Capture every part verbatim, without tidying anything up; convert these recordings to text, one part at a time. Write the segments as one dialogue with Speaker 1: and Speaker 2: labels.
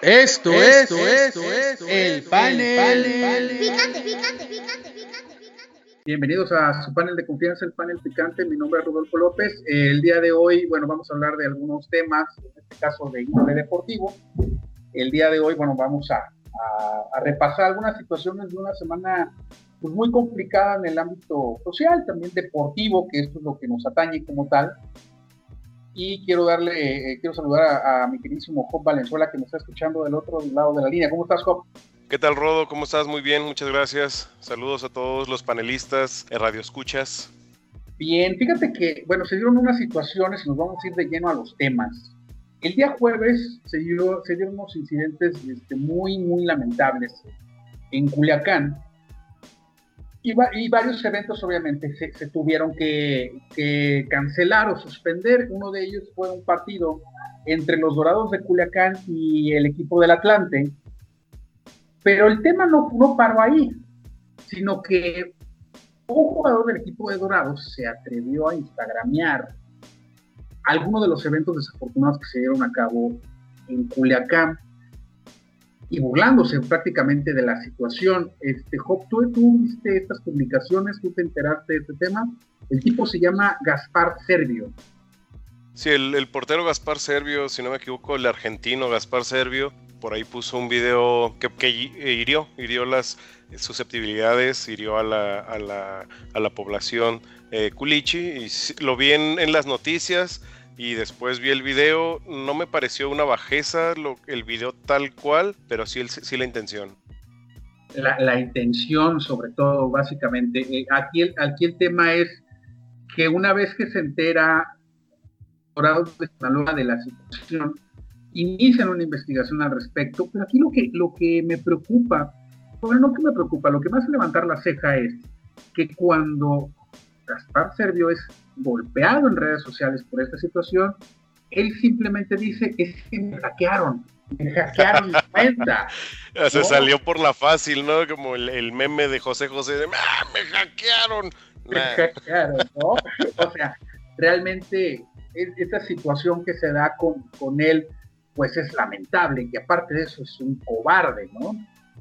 Speaker 1: Esto, esto, esto, esto, el panel.
Speaker 2: Picante, picante, picante, picante.
Speaker 3: Bienvenidos a su panel de confianza, el panel picante. Mi nombre es Rodolfo López. El día de hoy, bueno, vamos a hablar de algunos temas, en este caso de índole deportivo. El día de hoy, bueno, vamos a, a, a repasar algunas situaciones de una semana pues, muy complicada en el ámbito social, también deportivo, que esto es lo que nos atañe como tal. Y quiero darle, eh, quiero saludar a, a mi queridísimo Job Valenzuela, que me está escuchando del otro lado de la línea. ¿Cómo estás, Job?
Speaker 4: ¿Qué tal, Rodo? ¿Cómo estás? Muy bien, muchas gracias. Saludos a todos los panelistas, radio escuchas.
Speaker 3: Bien, fíjate que, bueno, se dieron unas situaciones y nos vamos a ir de lleno a los temas. El día jueves se, dio, se dieron unos incidentes este, muy, muy lamentables en Culiacán. Y, va, y varios eventos obviamente se, se tuvieron que, que cancelar o suspender. Uno de ellos fue un partido entre los Dorados de Culiacán y el equipo del Atlante. Pero el tema no, no paró ahí, sino que un jugador del equipo de Dorados se atrevió a instagramear algunos de los eventos desafortunados que se dieron a cabo en Culiacán y burlándose prácticamente de la situación. Este, Job, ¿tú, tú viste estas publicaciones? ¿Tú te enteraste de este tema? El tipo se llama Gaspar Servio.
Speaker 4: Sí, el, el portero Gaspar Servio, si no me equivoco, el argentino Gaspar Servio, por ahí puso un video que, que hirió, hirió las susceptibilidades, hirió a la, a la, a la población eh, culichi, y lo vi en, en las noticias. Y después vi el video, no me pareció una bajeza lo, el video tal cual, pero sí, el, sí la intención.
Speaker 3: La, la intención, sobre todo, básicamente. Eh, aquí, el, aquí el tema es que una vez que se entera Dorados de Sinaloa de la situación, inician una investigación al respecto, pero aquí lo que, lo que me preocupa, bueno, no que me preocupa, lo que me hace levantar la ceja es que cuando Gaspar Servio es golpeado en redes sociales por esta situación, él simplemente dice, es que me hackearon, me hackearon mi cuenta.
Speaker 4: Se
Speaker 3: ¿no?
Speaker 4: salió por la fácil, ¿no? Como el, el meme de José José de, ¡ah, me hackearon!
Speaker 3: Me hackearon, ¿no? O sea, realmente es, esta situación que se da con, con él, pues es lamentable, que aparte de eso es un cobarde, ¿no?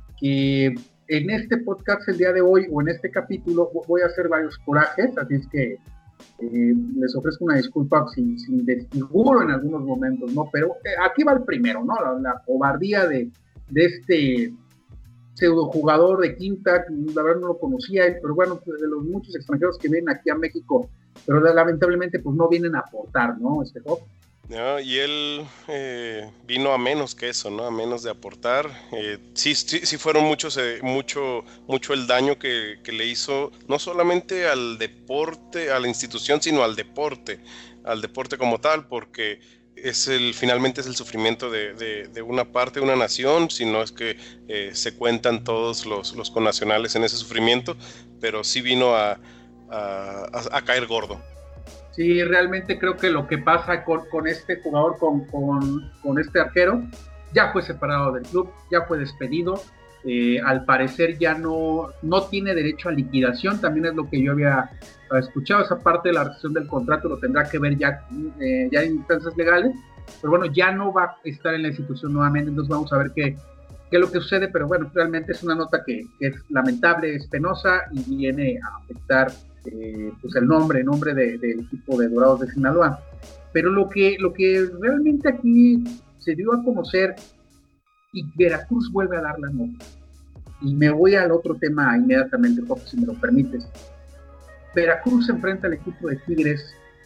Speaker 3: Que en este podcast el día de hoy, o en este capítulo, voy a hacer varios corajes, así es que eh, les ofrezco una disculpa si, si desfiguro en algunos momentos, ¿no? Pero eh, aquí va el primero, ¿no? La, la cobardía de, de este pseudo jugador de quinta, la verdad no lo conocía, pero bueno, de los muchos extranjeros que vienen aquí a México, pero lamentablemente pues no vienen a aportar, ¿no? Este joven.
Speaker 4: No, y él eh, vino a menos que eso, ¿no? A menos de aportar. Eh, sí, sí, sí fueron muchos, eh, mucho, mucho el daño que, que le hizo, no solamente al deporte, a la institución, sino al deporte, al deporte como tal, porque es el, finalmente es el sufrimiento de, de, de una parte de una nación, si no es que eh, se cuentan todos los, los connacionales en ese sufrimiento, pero sí vino a, a, a caer gordo.
Speaker 3: Sí, realmente creo que lo que pasa con, con este jugador, con, con, con este arquero, ya fue separado del club, ya fue despedido, eh, al parecer ya no, no tiene derecho a liquidación, también es lo que yo había escuchado, esa parte de la rescisión del contrato lo tendrá que ver ya, eh, ya en instancias legales, pero bueno, ya no va a estar en la institución nuevamente, entonces vamos a ver qué, qué es lo que sucede, pero bueno, realmente es una nota que, que es lamentable, es penosa y viene a afectar Eh, pues el nombre, el nombre de, del equipo de Dorados de Sinaloa. Pero lo que, lo que realmente aquí se dio a conocer, y Veracruz vuelve a dar la nota, y me voy al otro tema inmediatamente, Jorge, si me lo permites. Veracruz se enfrenta al equipo de Tigres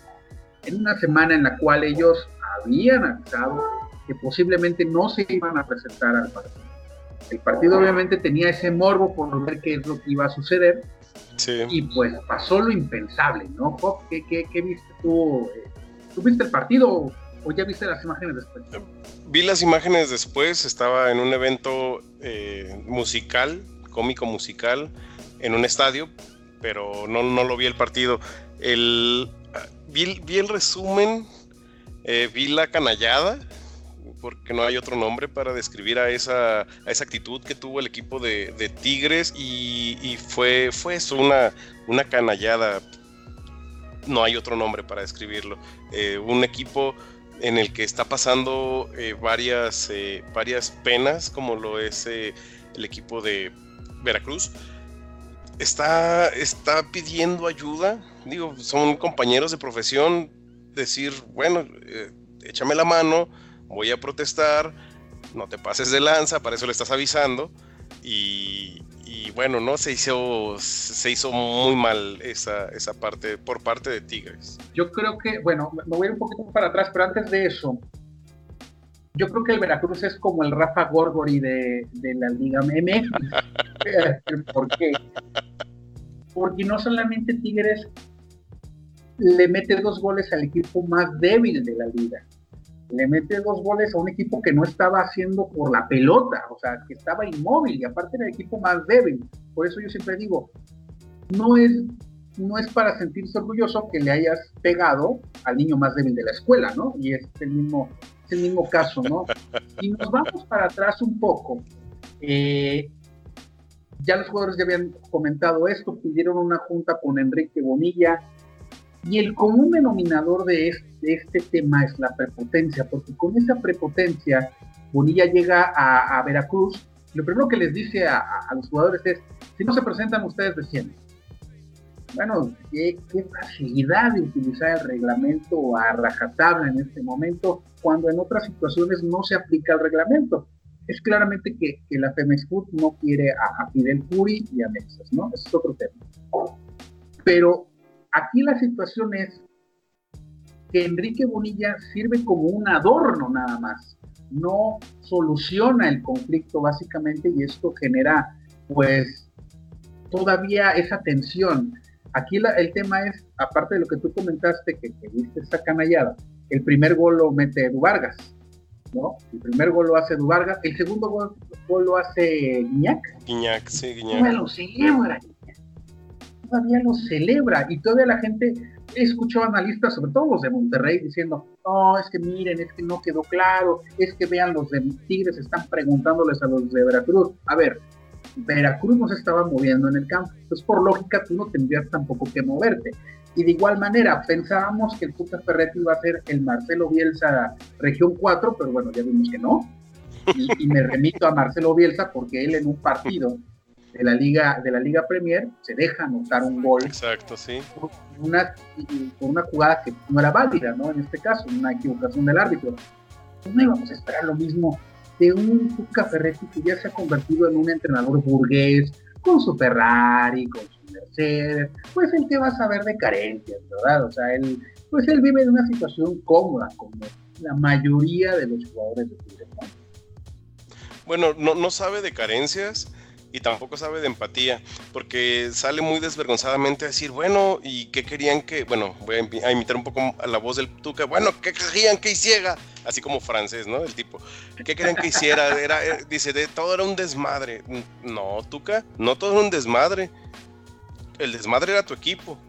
Speaker 3: en una semana en la cual ellos habían avisado que posiblemente no se iban a presentar al partido. El partido obviamente tenía ese morbo por ver qué es lo que iba a suceder. Sí. Y pues pasó lo impensable, ¿no? ¿Qué, qué, qué viste tú? ¿Tú viste el partido o, o ya viste las imágenes después?
Speaker 4: Vi las imágenes después, estaba en un evento eh, musical, cómico musical, en un estadio, pero no, no lo vi el partido. El, vi, vi el resumen, eh, vi la canallada, porque no hay otro nombre para describir a esa, a esa actitud que tuvo el equipo de, de Tigres y, y fue, fue eso, una, una canallada, no hay otro nombre para describirlo. Eh, un equipo en el que está pasando eh, varias, eh, varias penas, como lo es eh, el equipo de Veracruz. Está, está pidiendo ayuda, digo, son compañeros de profesión, decir, bueno, eh, échame la mano, voy a protestar, no te pases de lanza, para eso le estás avisando, y, y bueno, no se hizo, se hizo muy mal esa, esa parte por parte de Tigres.
Speaker 3: Yo creo que, bueno, me voy a ir un poquito para atrás, pero antes de eso, yo creo que el Veracruz es como el Rafa Gorgori de, de la Liga M X. ¿Por qué? Porque no solamente Tigres le mete dos goles al equipo más débil de la liga, le mete dos goles a un equipo que no estaba haciendo por la pelota, o sea, que estaba inmóvil, y aparte era el equipo más débil. Por eso yo siempre digo, no es, no es para sentirse orgulloso que le hayas pegado al niño más débil de la escuela, ¿no? Y es el mismo, es el mismo caso, ¿no? Y nos vamos para atrás un poco. Eh, ya los jugadores ya habían comentado esto, pidieron una junta con Enrique Bonilla, y el común denominador de este, de este tema es la prepotencia, porque con esa prepotencia Bonilla llega a, a Veracruz, y lo primero que les dice a, a los jugadores es, si no se presentan ustedes descienden. Bueno, qué, qué facilidad de utilizar el reglamento a rajatabla en este momento, cuando en otras situaciones no se aplica el reglamento. Es claramente que, que la Femexfoot no quiere a, a Fidel Curi y a Mexas, ¿no? Ese es otro tema. Pero aquí la situación es que Enrique Bonilla sirve como un adorno nada más, no soluciona el conflicto básicamente, y esto genera pues todavía esa tensión. Aquí la, el tema es, aparte de lo que tú comentaste, que, que viste esa canallada, el primer gol lo mete Edu Vargas, ¿no? El primer gol lo hace Edu Vargas, el segundo gol, gol lo hace Guiñac.
Speaker 4: Guiñac, sí, Guiñac.
Speaker 3: Todavía lo celebra, todavía lo celebra, y todavía la gente, he escuchado analistas, sobre todo los de Monterrey, diciendo, no, es que miren, es que no quedó claro, es que vean, los de Tigres están preguntándoles a los de Veracruz. A ver, Veracruz no se estaba moviendo en el campo, entonces por lógica tú no tendrías tampoco que moverte. Y de igual manera, pensábamos que el Tuca Ferretti iba a ser el Marcelo Bielsa Región cuatro, pero bueno, ya vimos que no. Y, y me remito a Marcelo Bielsa porque él en un partido de la Liga de la Liga Premier se deja anotar un gol.
Speaker 4: Exacto, sí.
Speaker 3: Por una, por una jugada que no era válida, ¿no? En este caso, una equivocación del árbitro. Pues no íbamos a esperar lo mismo de un Tuca Ferretti que ya se ha convertido en un entrenador burgués, con su Ferrari, con su Mercedes, pues el que va a saber de carencias, ¿verdad? O sea, él, pues él vive en una situación cómoda, como la mayoría de los jugadores de Tigres, ¿no?
Speaker 4: Bueno, no, no sabe de carencias y tampoco sabe de empatía, porque sale muy desvergonzadamente a decir, bueno, ¿y qué querían que...? Bueno, voy a imitar un poco a la voz del Tuca, bueno, ¿qué querían que hiciera? Así como francés, ¿no? El tipo, ¿qué querían que hiciera? Era, era, dice, de, todo era un desmadre. No, Tuca, no todo era un desmadre. El desmadre era tu equipo.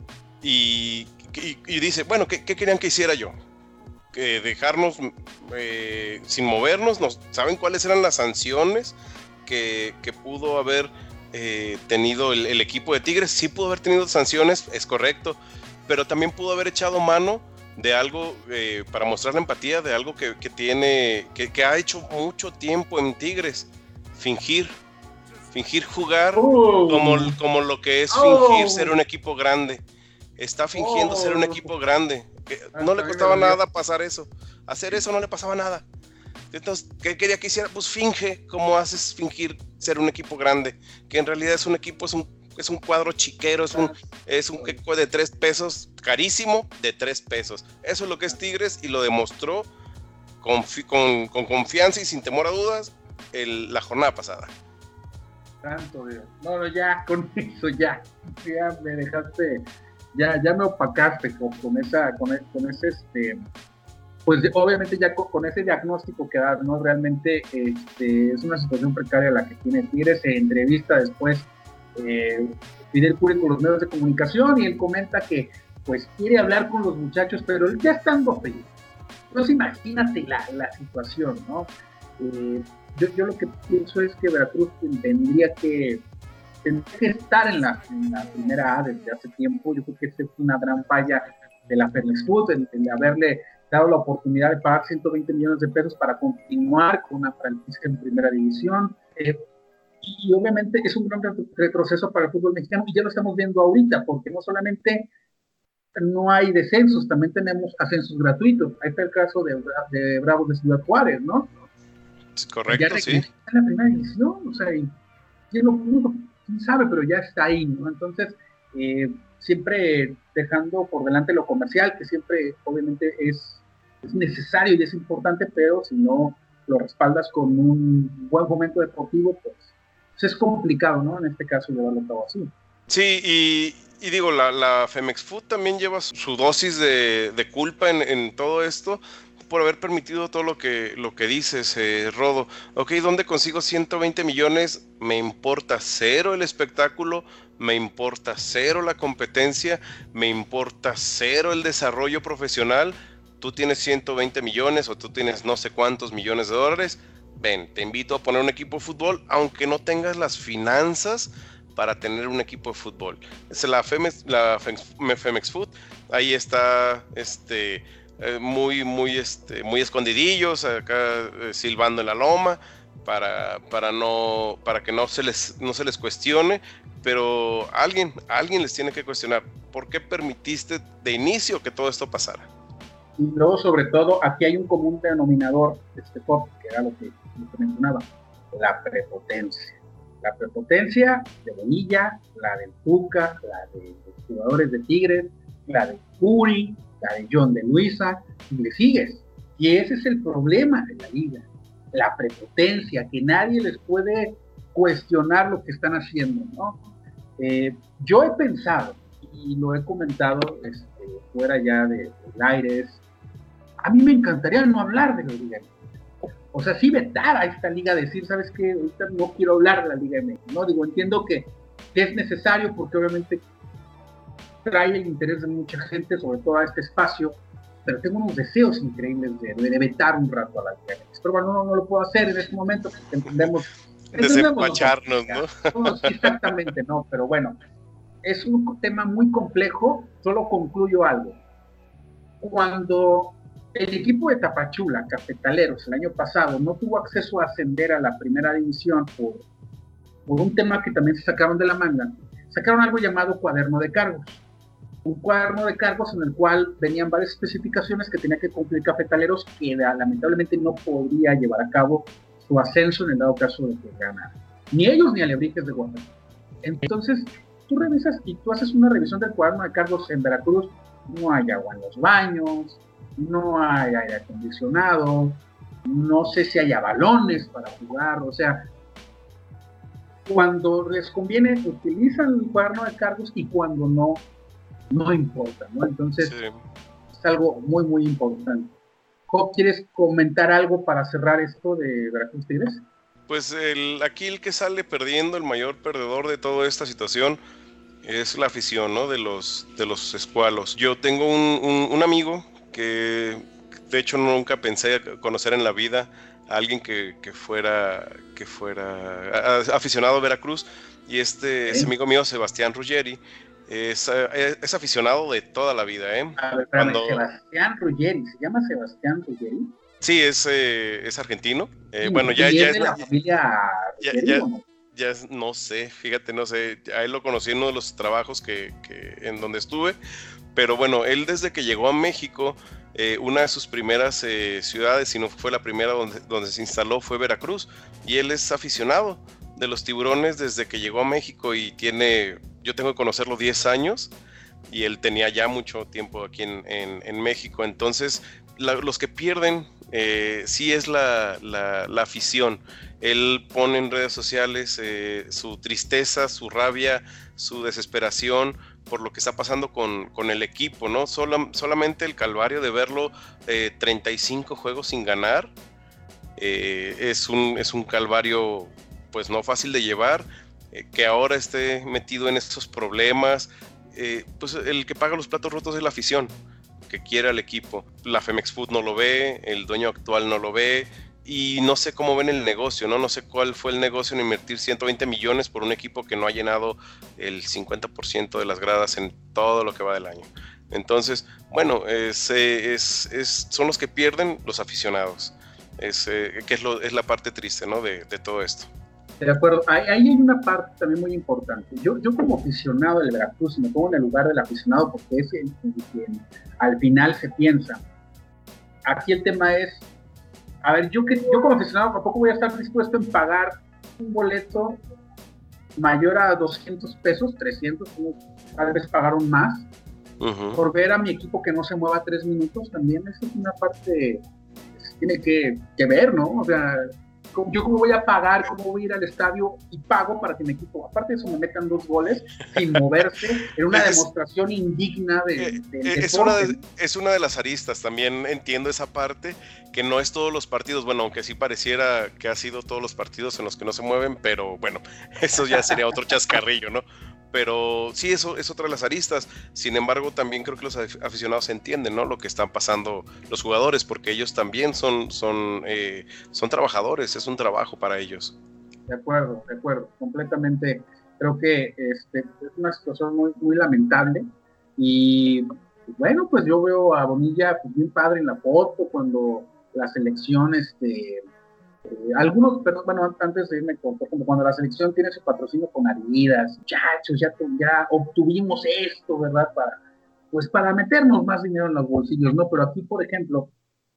Speaker 4: Y, y, y dice, bueno, ¿qué, qué querían que hiciera yo? Que dejarnos eh, sin movernos. Nos, ¿saben cuáles eran las sanciones que, que pudo haber eh, tenido el, el equipo de Tigres? Sí pudo haber tenido sanciones, es correcto, pero también pudo haber echado mano de algo eh, para mostrar la empatía, de algo que, que tiene, que, que ha hecho mucho tiempo en Tigres, fingir, fingir jugar oh. como, como lo que es fingir oh. ser un equipo grande. Está fingiendo oh. ser un equipo grande. Que no le costaba nada pasar eso. Hacer eso no le pasaba nada. Entonces, ¿qué quería que hiciera? Pues finge como haces fingir ser un equipo grande, que en realidad es un equipo, es un es un cuadro chiquero, es un, es un queco de tres pesos, carísimo, de tres pesos. Eso es lo que es Tigres, y lo demostró con, con, con confianza y sin temor a dudas el, la jornada pasada.
Speaker 3: Santo Dios. No, no, ya, con eso ya, ya me dejaste, ya, ya me opacaste con, con esa, con, con ese, este, pues obviamente ya con, con ese diagnóstico que da, ¿no? Realmente este, es una situación precaria la que tiene Tigres. Se entrevista después Eh, Fidel Curi con los medios de comunicación, y él comenta que pues quiere hablar con los muchachos, pero ya estando frío. Entonces imagínate la, la situación, ¿no? Eh, yo, yo lo que pienso es que Veracruz tendría que, tendría que estar en la, en la primera A desde hace tiempo. Yo creo que esta es una gran falla de la Femexfoot, el, el haberle dado la oportunidad de pagar ciento veinte millones de pesos para continuar con una franquicia en primera división. Eh, y obviamente es un gran retroceso para el fútbol mexicano, y ya lo estamos viendo ahorita, porque no solamente no hay descensos, también tenemos ascensos gratuitos. Ahí está el caso de, de Bravos de Ciudad Juárez, ¿no?
Speaker 4: Correcto,
Speaker 3: ya
Speaker 4: sí.
Speaker 3: En la primera división, o sea, ¿quién lo pudo? ¿Quién sabe? Pero ya está ahí, ¿no? Entonces, eh, siempre dejando por delante lo comercial, que siempre obviamente es, es necesario y es importante, pero si no lo respaldas con un buen momento deportivo, pues, pues es complicado, ¿no? En este caso llevarlo a cabo así.
Speaker 4: Sí, y, y digo, la, la Femex Food también lleva su dosis de, de culpa en, en todo esto, por haber permitido todo lo que, lo que dices, eh, Rodo. Ok, ¿dónde consigo ciento veinte millones? Me importa cero el espectáculo, me importa cero la competencia, me importa cero el desarrollo profesional. Tú tienes ciento veinte millones o tú tienes no sé cuántos millones de dólares. Ven, te invito a poner un equipo de fútbol, aunque no tengas las finanzas para tener un equipo de fútbol. Es la Femex, la Femex Food, ahí está este... Eh, muy muy este muy escondidillos acá, eh, silbando en la loma para para no para que no se les no se les cuestione, pero alguien alguien les tiene que cuestionar por qué permitiste de inicio que todo esto pasara.
Speaker 3: Y luego, sobre todo, aquí hay un común denominador de este pop, que era lo que, lo que mencionaba, la prepotencia. La prepotencia de Bonilla, la del Tuca, la de los jugadores de Tigres, la de Curi, la de John de Luisa, y le sigues. Y ese es el problema de la liga, la prepotencia, que nadie les puede cuestionar lo que están haciendo, ¿no? Eh, yo he pensado, y lo he comentado este, fuera ya de, del aire, es, a mí me encantaría no hablar de la Liga M X. O sea, sí vetar a esta liga, decir, ¿sabes qué? Ahorita no quiero hablar de la Liga M X, ¿no? Digo, entiendo que, que es necesario porque obviamente trae el interés de mucha gente, sobre todo a este espacio, pero tengo unos deseos increíbles de, de vetar un rato a la Liga M X. Pero bueno, no, no lo puedo hacer en este momento porque entendemos...
Speaker 4: Desempacharnos, ¿no?
Speaker 3: ¿no? Exactamente, no, pero bueno, es un tema muy complejo. Solo concluyo algo. Cuando el equipo de Tapachula, Cafetaleros, el año pasado, no tuvo acceso a ascender a la primera división por, por un tema que también se sacaron de la manga, sacaron algo llamado cuaderno de cargos. Un cuaderno de cargos en el cual venían varias especificaciones que tenía que cumplir Cafetaleros, que lamentablemente no podría llevar a cabo su ascenso en el dado caso de que ganara. Ni ellos ni Alebrijes de Guadalajara. Entonces, tú revisas y tú haces una revisión del cuaderno de cargos en Veracruz, no hay agua en los baños, no hay aire acondicionado, no sé si haya balones para jugar, o sea, cuando les conviene utilizan el cuaderno de cargos y cuando no, no importa, ¿no? Entonces, sí, es algo muy, muy importante. Job, ¿quieres comentar algo para cerrar esto de Veracruz Tigres?
Speaker 4: Pues el, aquí el que sale perdiendo, el mayor perdedor de toda esta situación, es la afición, ¿no? De los, de los escualos. Yo tengo un, un, un amigo que, de hecho, nunca pensé conocer en la vida a alguien que, que fuera, que fuera aficionado a Veracruz, y este, ¿sí? Ese amigo mío, Sebastián Ruggeri, es, es, es aficionado de toda la vida, ¿eh?
Speaker 3: A ver, espérame, Cuando... Sebastián Ruggeri, ¿se llama Sebastián Ruggeri?
Speaker 4: Sí, es, eh, es argentino. Eh,
Speaker 3: sí,
Speaker 4: bueno, ya, ya
Speaker 3: es de la familia Ruggeri,
Speaker 4: ya, ya,
Speaker 3: ¿no?
Speaker 4: Ya no sé, fíjate, no sé, a él lo conocí en uno de los trabajos que, que en donde estuve, pero bueno, él desde que llegó a México, eh, una de sus primeras eh, ciudades, si no fue la primera donde, donde se instaló, fue Veracruz, y él es aficionado de los Tiburones desde que llegó a México y tiene, yo tengo que conocerlo diez años, y él tenía ya mucho tiempo aquí en, en, en México, entonces la, los que pierden eh, sí es la, la, la afición. Él pone en redes sociales eh, su tristeza, su rabia, su desesperación por lo que está pasando con, con el equipo, ¿no? Solo, solamente el calvario de verlo eh, treinta y cinco juegos sin ganar eh, es, un, es un calvario pues no fácil de llevar, eh, que ahora esté metido en estos problemas, eh, pues el que paga los platos rotos es la afición, que quiere al equipo. La Femex Food no lo ve, el dueño actual no lo ve, y no sé cómo ven el negocio, ¿no? No sé cuál fue el negocio en invertir ciento veinte millones por un equipo que no ha llenado el cincuenta por ciento de las gradas en todo lo que va del año. Entonces, bueno, es, es, es, son los que pierden los aficionados, es, eh, que es, lo, es la parte triste, ¿no? de, de todo esto.
Speaker 3: De acuerdo, ahí, ahí hay una parte también muy importante. Yo, yo como aficionado del Veracruz, me pongo en el lugar del aficionado porque es el que al final se piensa. Aquí el tema es, a ver, yo, que, yo como aficionado tampoco voy a estar dispuesto en pagar un boleto mayor a doscientos pesos, trescientos, tal vez pagaron más, uh-huh. por ver a mi equipo que no se mueva tres minutos. También eso es una parte que se tiene que, que ver, ¿no? O sea, yo cómo voy a pagar, cómo voy a ir al estadio y pago para que mi equipo, aparte de eso, me metan dos goles sin moverse, en una es, demostración indigna de, de, de
Speaker 4: es, una de, es una de las aristas. También entiendo esa parte, que no es todos los partidos, bueno, aunque sí pareciera que ha sido todos los partidos en los que no se mueven, pero bueno, eso ya sería otro chascarrillo, ¿no? Pero sí, eso es otra de las aristas. Sin embargo, también creo que los aficionados entienden, ¿no? Lo que están pasando los jugadores, porque ellos también son, son, eh, son trabajadores, es un trabajo para ellos.
Speaker 3: De acuerdo, de acuerdo, completamente. Creo que este, es una situación muy, muy lamentable. Y bueno, pues yo veo a Bonilla pues, bien padre en la foto cuando la selección, este, Eh, algunos, pero bueno, antes de irme con, como cuando la selección tiene su patrocinio con Adidas, muchachos, ya, ya obtuvimos esto, ¿verdad? Para, pues para meternos más dinero en los bolsillos, ¿no? Pero aquí, por ejemplo,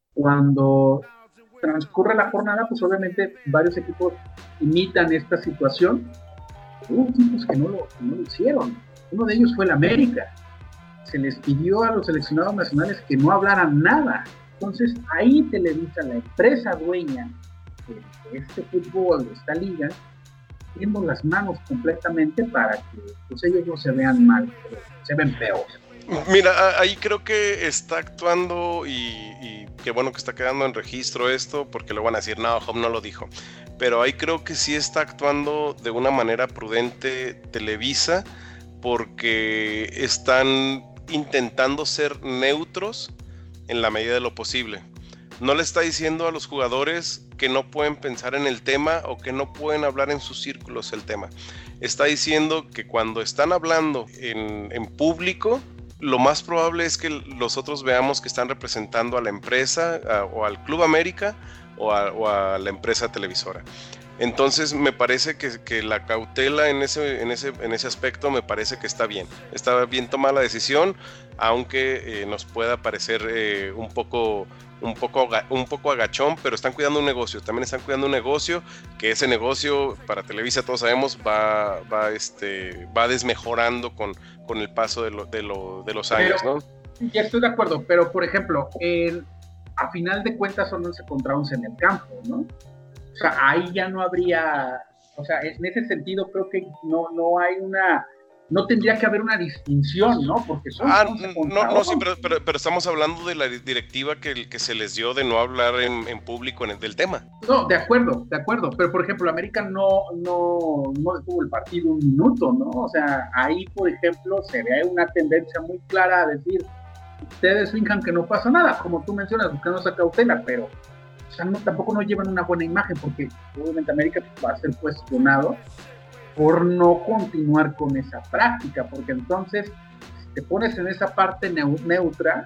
Speaker 3: cuando transcurre la jornada, pues obviamente varios equipos imitan esta situación. Hubo equipos que no lo, que no lo hicieron. Uno de ellos fue el América. Se les pidió a los seleccionados nacionales que no hablaran nada. Entonces, ahí Televisa, la empresa dueña de este fútbol, de esta liga, tiendo las manos completamente para que pues, ellos no se vean mal, pero se ven peor.
Speaker 4: Mira, ahí creo que está actuando y, y qué bueno que está quedando en registro esto, porque lo van a decir, no, Hub no lo dijo, pero ahí creo que sí está actuando de una manera prudente Televisa, porque están intentando ser neutros en la medida de lo posible. No le está diciendo a los jugadores que no pueden pensar en el tema o que no pueden hablar en sus círculos el tema. Está diciendo que cuando están hablando en, en público, lo más probable es que nosotros veamos que están representando a la empresa a, o al Club América o a, o a la empresa televisora. Entonces me parece que, que la cautela en ese, en, ese, en ese aspecto me parece que está bien. Está bien tomada la decisión, aunque eh, nos pueda parecer eh, un poco... Un poco, un poco agachón, pero están cuidando un negocio, también están cuidando un negocio, que ese negocio para Televisa todos sabemos va, va, este, va desmejorando con, con el paso de, lo, de, lo, de los años,
Speaker 3: pero, ¿no? Ya estoy de acuerdo, pero por ejemplo, el, a final de cuentas son once contra once en el campo, ¿no? O sea, ahí ya no habría, o sea, en ese sentido creo que no, no hay una... No tendría que haber una distinción, ¿no? Porque son
Speaker 4: ah, no, no, sí, pero, pero, pero estamos hablando de la directiva que, que se les dio de no hablar en, en público en el, del tema.
Speaker 3: No, de acuerdo, de acuerdo. Pero, por ejemplo, América no, no, no detuvo el partido un minuto, ¿no? O sea, ahí, por ejemplo, se ve una tendencia muy clara a decir, ustedes finjan que no pasa nada, como tú mencionas, buscando esa cautela, pero o sea, no, tampoco no llevan una buena imagen, porque obviamente América va a ser cuestionado por no continuar con esa práctica, porque entonces si te pones en esa parte neu- neutra,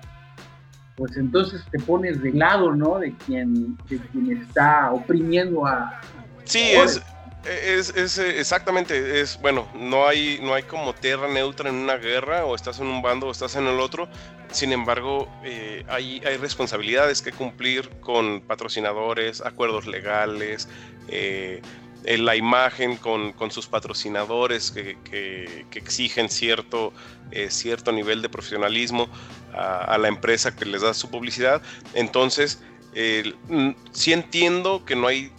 Speaker 3: pues entonces te pones de lado, ¿no? De quien, de quien está oprimiendo a...
Speaker 4: Sí, es, es, es exactamente, es bueno, no hay, no hay como tierra neutra en una guerra, o estás en un bando o estás en el otro. Sin embargo, eh, hay, hay responsabilidades que cumplir con patrocinadores, acuerdos legales, eh, la imagen con, con sus patrocinadores que, que, que exigen cierto, eh, cierto nivel de profesionalismo a, a la empresa que les da su publicidad. Entonces, eh, sí entiendo que no hay,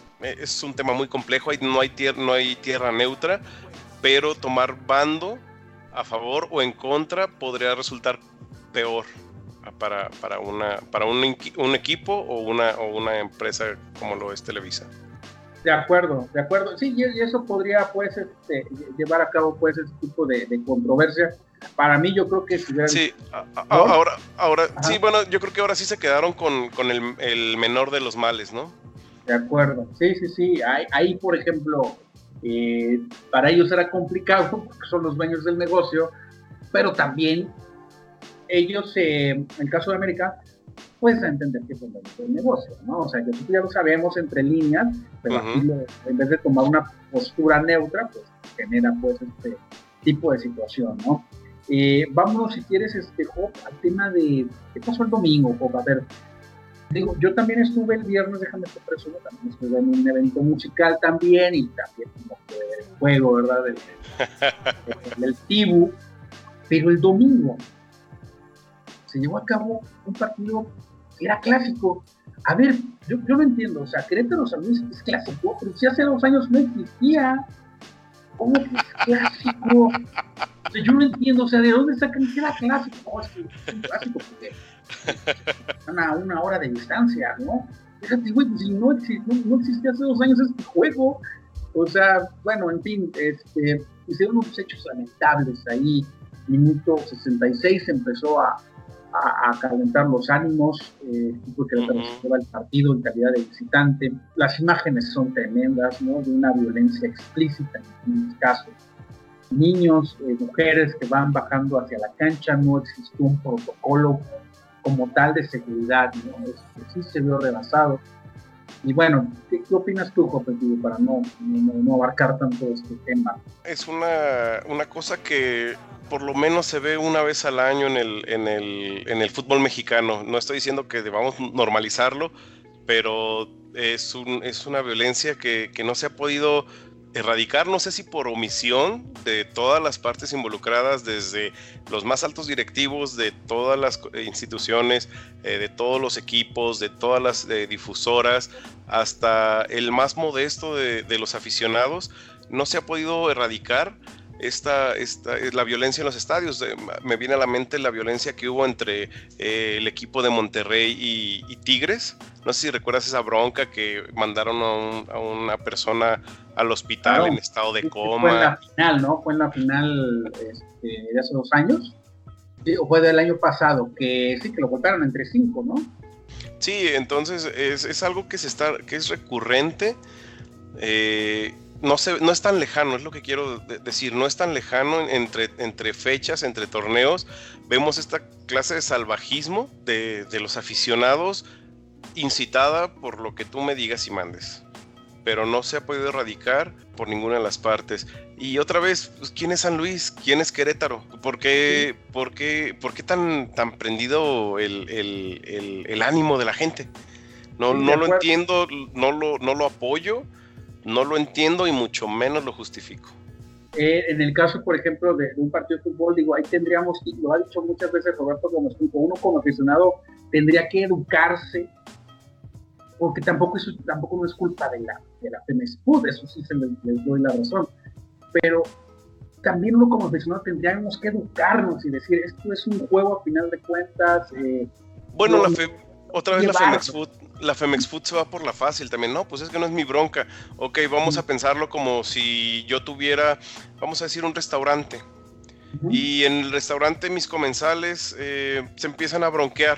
Speaker 4: es un tema muy complejo, hay, no, hay tier, no hay tierra neutra, pero tomar bando a favor o en contra podría resultar peor para, para, una, para un, un equipo o una, o una empresa como lo es Televisa.
Speaker 3: De acuerdo, de acuerdo. Sí, y eso podría pues este, llevar a cabo pues ese tipo de, de controversia. Para mí yo creo que si hubieran...
Speaker 4: Sí, a, a, ahora, ahora sí, bueno, yo creo que ahora sí se quedaron con, con el, el menor de los males, ¿no?
Speaker 3: De acuerdo, sí, sí, sí. Ahí, ahí por ejemplo, eh, para ellos era complicado porque son los dueños del negocio, pero también ellos, eh, en el caso de América, puedes entender que es el negocio, ¿no? O sea, que nosotros ya lo sabemos entre líneas, pero uh-huh. aquí lo, en vez de tomar una postura neutra, pues genera pues este tipo de situación, ¿no? Eh, vámonos, si quieres, este, Job, al tema de qué pasó el domingo, Job. A ver, digo, yo también estuve el viernes, déjame te presumo, también estuve en un evento musical también, y también como que el juego, ¿verdad? Del, del, del Tibu, pero el domingo se llevó a cabo un partido que era clásico. A ver, yo, yo no entiendo, o sea, Querétaro San Luis es clásico, pero si hace dos años no existía. ¿Cómo que es clásico? O sea, yo no entiendo, o sea, ¿de dónde sacan que era clásico? No, es que es un clásico porque están a una hora de distancia, ¿no? Fíjate, güey, pues si no, no, no existía hace dos años este juego. O sea, bueno, en fin, este, hicieron unos hechos lamentables ahí. Minuto sesenta y seis empezó a A, a calentar los ánimos, eh, porque uh-huh. se lleva el partido en calidad de visitante. Las imágenes son tremendas, ¿no? De una violencia explícita en muchos casos. Niños, eh, mujeres que van bajando hacia la cancha, no existió un protocolo como tal de seguridad, ¿no? Es, sí se vio rebasado. Y bueno, ¿qué, qué opinas tú, Jope, para no, no, no abarcar tanto este tema?
Speaker 4: Es una, una cosa que por lo menos se ve una vez al año en el, en el, en el fútbol mexicano. No estoy diciendo que debamos normalizarlo, pero es, un, es una violencia que, que no se ha podido erradicar, no sé si por omisión de todas las partes involucradas, desde los más altos directivos de todas las instituciones, eh, de todos los equipos, de todas las eh, difusoras, hasta el más modesto de, de los aficionados. No se ha podido erradicar esta, esta, la violencia en los estadios. Me viene a la mente la violencia que hubo entre eh, el equipo de Monterrey y, y Tigres. No sé si recuerdas esa bronca que mandaron a, un, a una persona al hospital claro, en estado de coma.
Speaker 3: Fue en la final, ¿no? Fue en la final este, de hace dos años. Sí, o fue del año pasado, que sí, que lo golpearon entre cinco, ¿no?
Speaker 4: Sí, entonces es, es algo que, se está, que es recurrente. Eh, No, se, no es tan lejano, es lo que quiero de- decir, no es tan lejano entre, entre fechas, entre torneos. Vemos esta clase de salvajismo de, de los aficionados incitada por lo que tú me digas y mandes, pero no se ha podido erradicar por ninguna de las partes. Y otra vez, pues, ¿quién es San Luis? ¿Quién es Querétaro? ¿Por qué, sí. por qué, por qué tan, tan prendido el, el, el, el ánimo de la gente? No,
Speaker 3: Sí,
Speaker 4: no
Speaker 3: de
Speaker 4: lo
Speaker 3: acuerdo.
Speaker 4: entiendo, no lo, no lo apoyo. No lo entiendo y mucho menos lo justifico.
Speaker 3: Eh, en el caso, por ejemplo, de, de un partido de fútbol, digo, ahí tendríamos, y lo ha dicho muchas veces Roberto Gómez, uno como aficionado tendría que educarse, porque tampoco, eso, tampoco no es culpa de la, de la Femexfood, eso sí se les, les doy la razón, pero también uno como aficionado tendríamos que educarnos y decir, esto es un juego a final de cuentas. Eh,
Speaker 4: bueno,
Speaker 3: no,
Speaker 4: la fe, otra vez
Speaker 3: llevar,
Speaker 4: la Femexfood, la Femexfood se va por la fácil también. No, pues es que no es mi bronca. Ok, vamos uh-huh. a pensarlo como si yo tuviera, vamos a decir, un restaurante. Uh-huh. Y en el restaurante mis comensales eh, se empiezan a bronquear.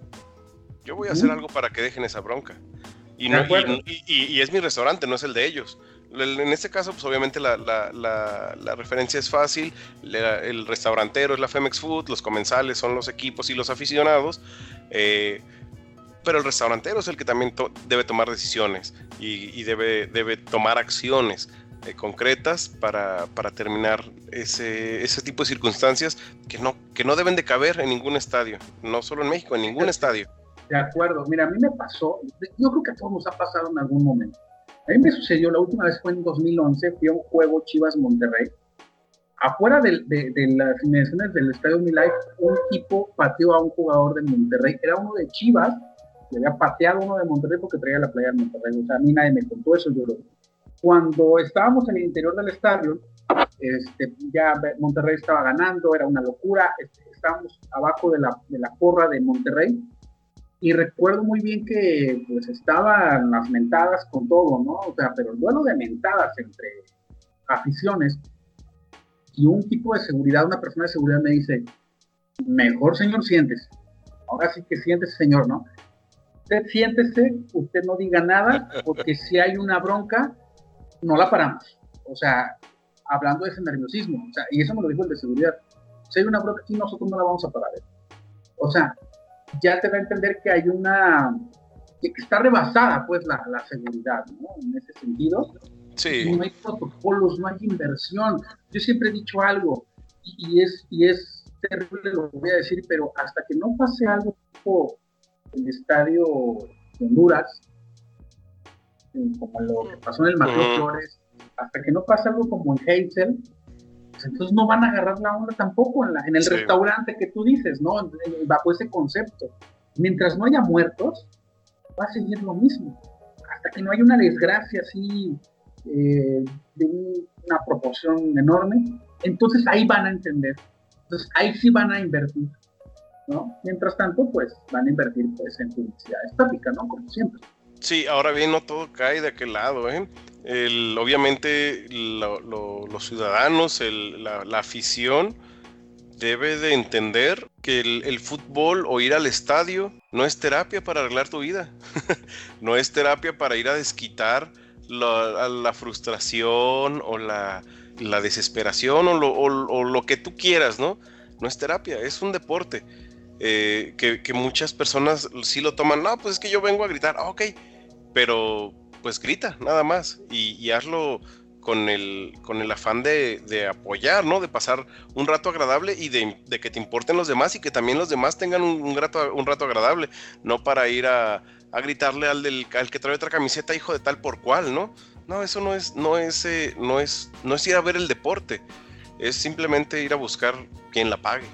Speaker 4: Yo voy a uh-huh. hacer algo para que dejen esa bronca. Y, no, y, y, y es mi restaurante, no es el de ellos. En este caso, pues obviamente la, la, la, la referencia es fácil. La, el restaurantero es la Femexfood, los comensales son los equipos y los aficionados. Eh, pero el restaurantero es el que también to- debe tomar decisiones y, y debe, debe tomar acciones eh, concretas para, para terminar ese, ese tipo de circunstancias que no, que no deben de caber en ningún estadio, no solo en México, en ningún estadio.
Speaker 3: De acuerdo, mira, a mí me pasó, yo creo que a todos nos ha pasado en algún momento. A mí me sucedió, la última vez fue en dos mil once, fui a un juego Chivas-Monterrey. Afuera de, de, de las inmediaciones del Estadio MetLife, un tipo pateó a un jugador de Monterrey, era uno de Chivas, le había pateado uno de Monterrey porque traía la playa de Monterrey. O sea, a mí nadie me contó eso, yo lo vi. Cuando estábamos en el interior del estadio, este, ya Monterrey estaba ganando, era una locura, este, estábamos abajo de la, de la porra de Monterrey, y recuerdo muy bien que pues estaban las mentadas con todo, ¿no? O sea, pero el duelo de mentadas entre aficiones, y un tipo de seguridad, una persona de seguridad me dice, mejor señor, siéntese. Ahora sí que siéntese, señor, ¿no? Usted siéntese, usted no diga nada, porque si hay una bronca, no la paramos. O sea, hablando de ese nerviosismo, o sea, y eso me lo dijo el de seguridad. Si hay una bronca aquí, nosotros no la vamos a parar. ¿eh? O sea, ya te da a entender que hay una, que está rebasada pues la, la seguridad, ¿no? En ese sentido.
Speaker 4: Sí.
Speaker 3: No hay protocolos, no hay inversión. Yo siempre he dicho algo, y, y, es, y es terrible lo que voy a decir, pero hasta que no pase algo como el estadio de Honduras, como lo que pasó en el Mateo uh-huh. Flores, hasta que no pase algo como en Hazel, pues entonces no van a agarrar la onda tampoco en, la, en el sí. restaurante que tú dices, ¿no? Bajo ese concepto. Mientras no haya muertos, va a seguir lo mismo. Hasta que no haya una desgracia así eh, de un, una proporción enorme, entonces ahí van a entender. Entonces ahí sí van a invertir, ¿no? Mientras tanto, pues van a invertir pues, en publicidad estática, ¿no? Como siempre.
Speaker 4: Sí, ahora bien, no todo cae de aquel lado, ¿eh? El, obviamente lo, lo, los ciudadanos, el, la, la afición debe de entender que el, el fútbol o ir al estadio no es terapia para arreglar tu vida. No es terapia para ir a desquitar la, la frustración o la, la desesperación o lo, o, o lo que tú quieras, ¿no? No es terapia, es un deporte. Eh, que, que muchas personas sí lo toman, no, pues es que yo vengo a gritar, ah, ok, pero pues grita, nada más, y, y hazlo con el, con el afán de, de apoyar, ¿no? De pasar un rato agradable y de, de que te importen los demás y que también los demás tengan un, un, rato, un rato agradable, no para ir a, a gritarle al, del, al que trae otra camiseta, hijo de tal por cual, ¿no? No, eso no es, no es, eh, no es, no es ir a ver el deporte, es simplemente ir a buscar quien la pague.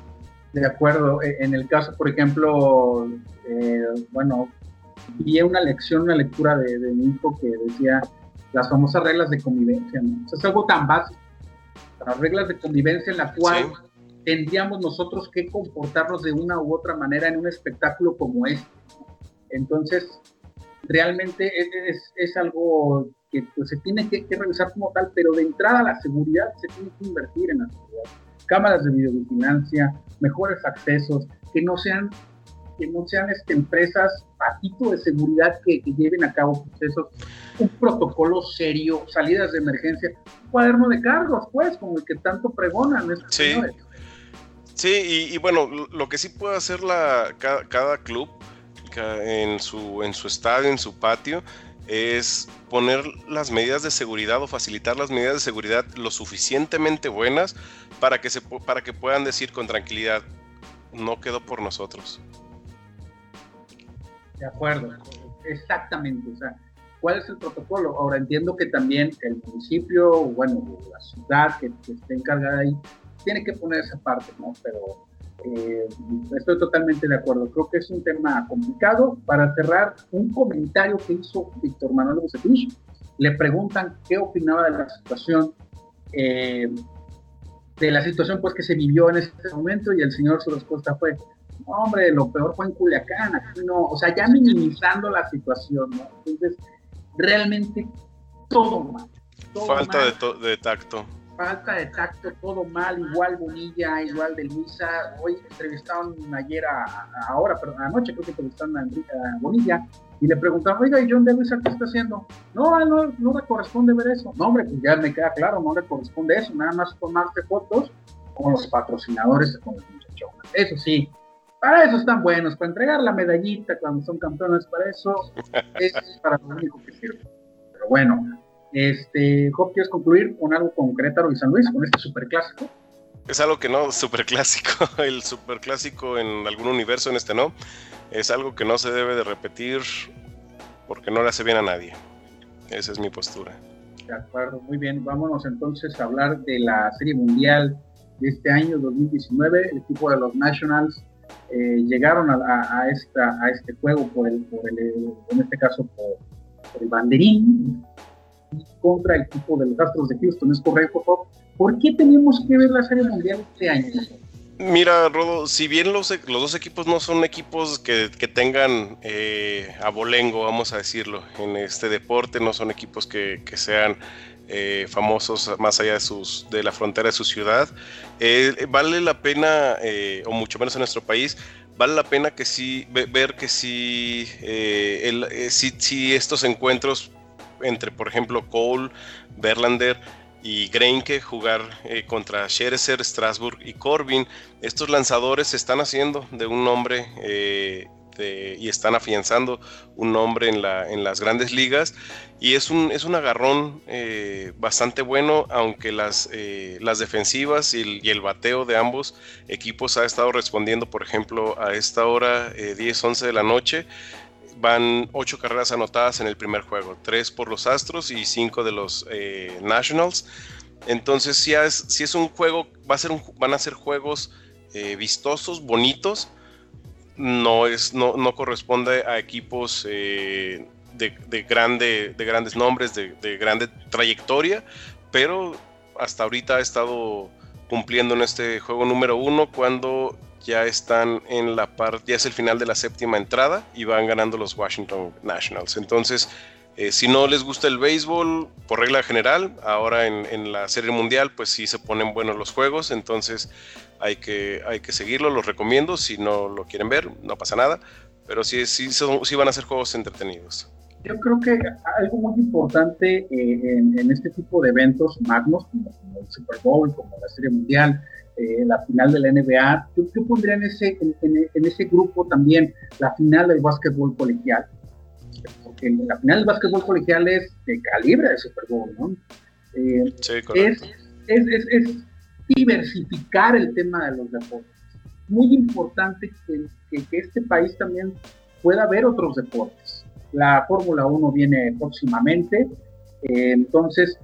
Speaker 3: De acuerdo, en el caso, por ejemplo, eh, bueno, vi una lección, una lectura de, de mi hijo que decía las famosas reglas de convivencia, ¿no? O sea, es algo tan básico, las reglas de convivencia en la cual sí. tendríamos nosotros que comportarnos de una u otra manera en un espectáculo como este, ¿no? Entonces, realmente es, es, es algo que pues, se tiene que, que revisar como tal, pero de entrada la seguridad se tiene que invertir en la seguridad. Cámaras de videovigilancia, mejores accesos, que no sean que no sean este, empresas patito de seguridad que, que lleven a cabo procesos, un protocolo serio, salidas de emergencia, un cuaderno de cargos, pues, como el que tanto pregonan estos
Speaker 4: sí.
Speaker 3: señores.
Speaker 4: Sí, y, y bueno, lo que sí puede hacer la, cada, cada club cada, en, su, en su estadio, en su patio, es poner las medidas de seguridad o facilitar las medidas de seguridad lo suficientemente buenas para que, se, para que puedan decir con tranquilidad, no quedó por nosotros.
Speaker 3: De acuerdo, exactamente, o sea, ¿cuál es el protocolo? Ahora entiendo que también el municipio, bueno, la ciudad que, que esté encargada ahí, tiene que poner esa parte, ¿no? Pero eh, estoy totalmente de acuerdo, creo que es un tema complicado. Para cerrar, un comentario que hizo Víctor Manuel Bucetich, le preguntan qué opinaba de la situación, eh, de la situación pues que se vivió en este momento, y el señor su respuesta fue, no, hombre, lo peor fue en Culiacán, aquí no, o sea, ya minimizando la situación, ¿no? Entonces, realmente todo mal. Todo
Speaker 4: falta
Speaker 3: mal,
Speaker 4: de, to- de tacto.
Speaker 3: Falta de tacto, todo mal, igual Bonilla, igual de Luisa. Hoy entrevistaron ayer, a, a, ahora, perdón, anoche creo que entrevistaron a, a Bonilla, y le preguntaron, oiga, ¿y John de Luisa qué está haciendo? No, no, no le corresponde ver eso. No, hombre, pues ya me queda claro, no le corresponde eso, nada más tomarse fotos con los patrocinadores, con los muchachones. Eso sí, para eso están buenos, para entregar la medallita cuando son campeones, para eso es para lo único que sirve. Pero bueno, este, Job, ¿quieres concluir con algo con Querétaro y San Luis, con este superclásico?
Speaker 4: Es algo que no, superclásico, el superclásico en algún universo, en este no, es algo que no se debe de repetir porque no le hace bien a nadie. Esa es mi postura.
Speaker 3: De acuerdo, muy bien, vámonos entonces a hablar de la Serie Mundial de este año dos mil diecinueve. El equipo de los Nationals Eh, llegaron a, a, a, esta, a este juego por el, por el en este caso por, por el banderín contra el equipo de los Astros de Houston, ¿es correcto, Job? ¿Por qué tenemos que ver la Serie Mundial este año?
Speaker 4: Mira, Rodo, si bien los, los dos equipos no son equipos que, que tengan eh, abolengo, vamos a decirlo, en este deporte, no son equipos que, que sean Eh, famosos más allá de, sus, de la frontera de su ciudad, eh, vale la pena, eh, o mucho menos en nuestro país, vale la pena que sí, ver que sí, eh, el, eh, sí, sí estos encuentros entre, por ejemplo, Cole, Verlander, y Greinke jugar eh, contra Scherzer, Strasburg y Corbin. Estos lanzadores se están haciendo de un nombre eh, de, y están afianzando un nombre en, la, en las grandes ligas, y es un, es un agarrón eh, bastante bueno, aunque las, eh, las defensivas y el, y el bateo de ambos equipos ha estado respondiendo. Por ejemplo, a esta hora, eh, diez once de la noche, van ocho carreras anotadas en el primer juego, tres por los Astros y cinco de los eh, Nationals. Entonces sí es, sí es un juego, va a ser un, van a ser juegos eh, vistosos, bonitos. No, es, no, no corresponde a equipos eh, de, de, grande, de grandes nombres, de, de grande trayectoria, pero hasta ahorita ha estado cumpliendo en este juego número uno, cuando ya están en la parte, ya es el final de la séptima entrada y van ganando los Washington Nationals. Entonces, eh, si no les gusta el béisbol, por regla general, ahora en, en la Serie Mundial, pues sí se ponen buenos los juegos, entonces hay que, hay que seguirlo, los recomiendo. Si no lo quieren ver, no pasa nada, pero sí, sí, son, sí van a ser juegos entretenidos.
Speaker 3: Yo creo que algo muy importante eh, en, en este tipo de eventos magnos, como, como el Super Bowl, como la Serie Mundial, Eh, la final de la N B A, yo, yo pondría en ese, en, en, en ese grupo también la final del básquetbol colegial, porque la final del básquetbol colegial es de calibre de Super Bowl, ¿no? Eh,
Speaker 4: sí, correcto.
Speaker 3: Es, es, es, es diversificar el tema de los deportes. Muy importante que, que, que este país también pueda ver otros deportes. La Fórmula uno viene próximamente, eh, entonces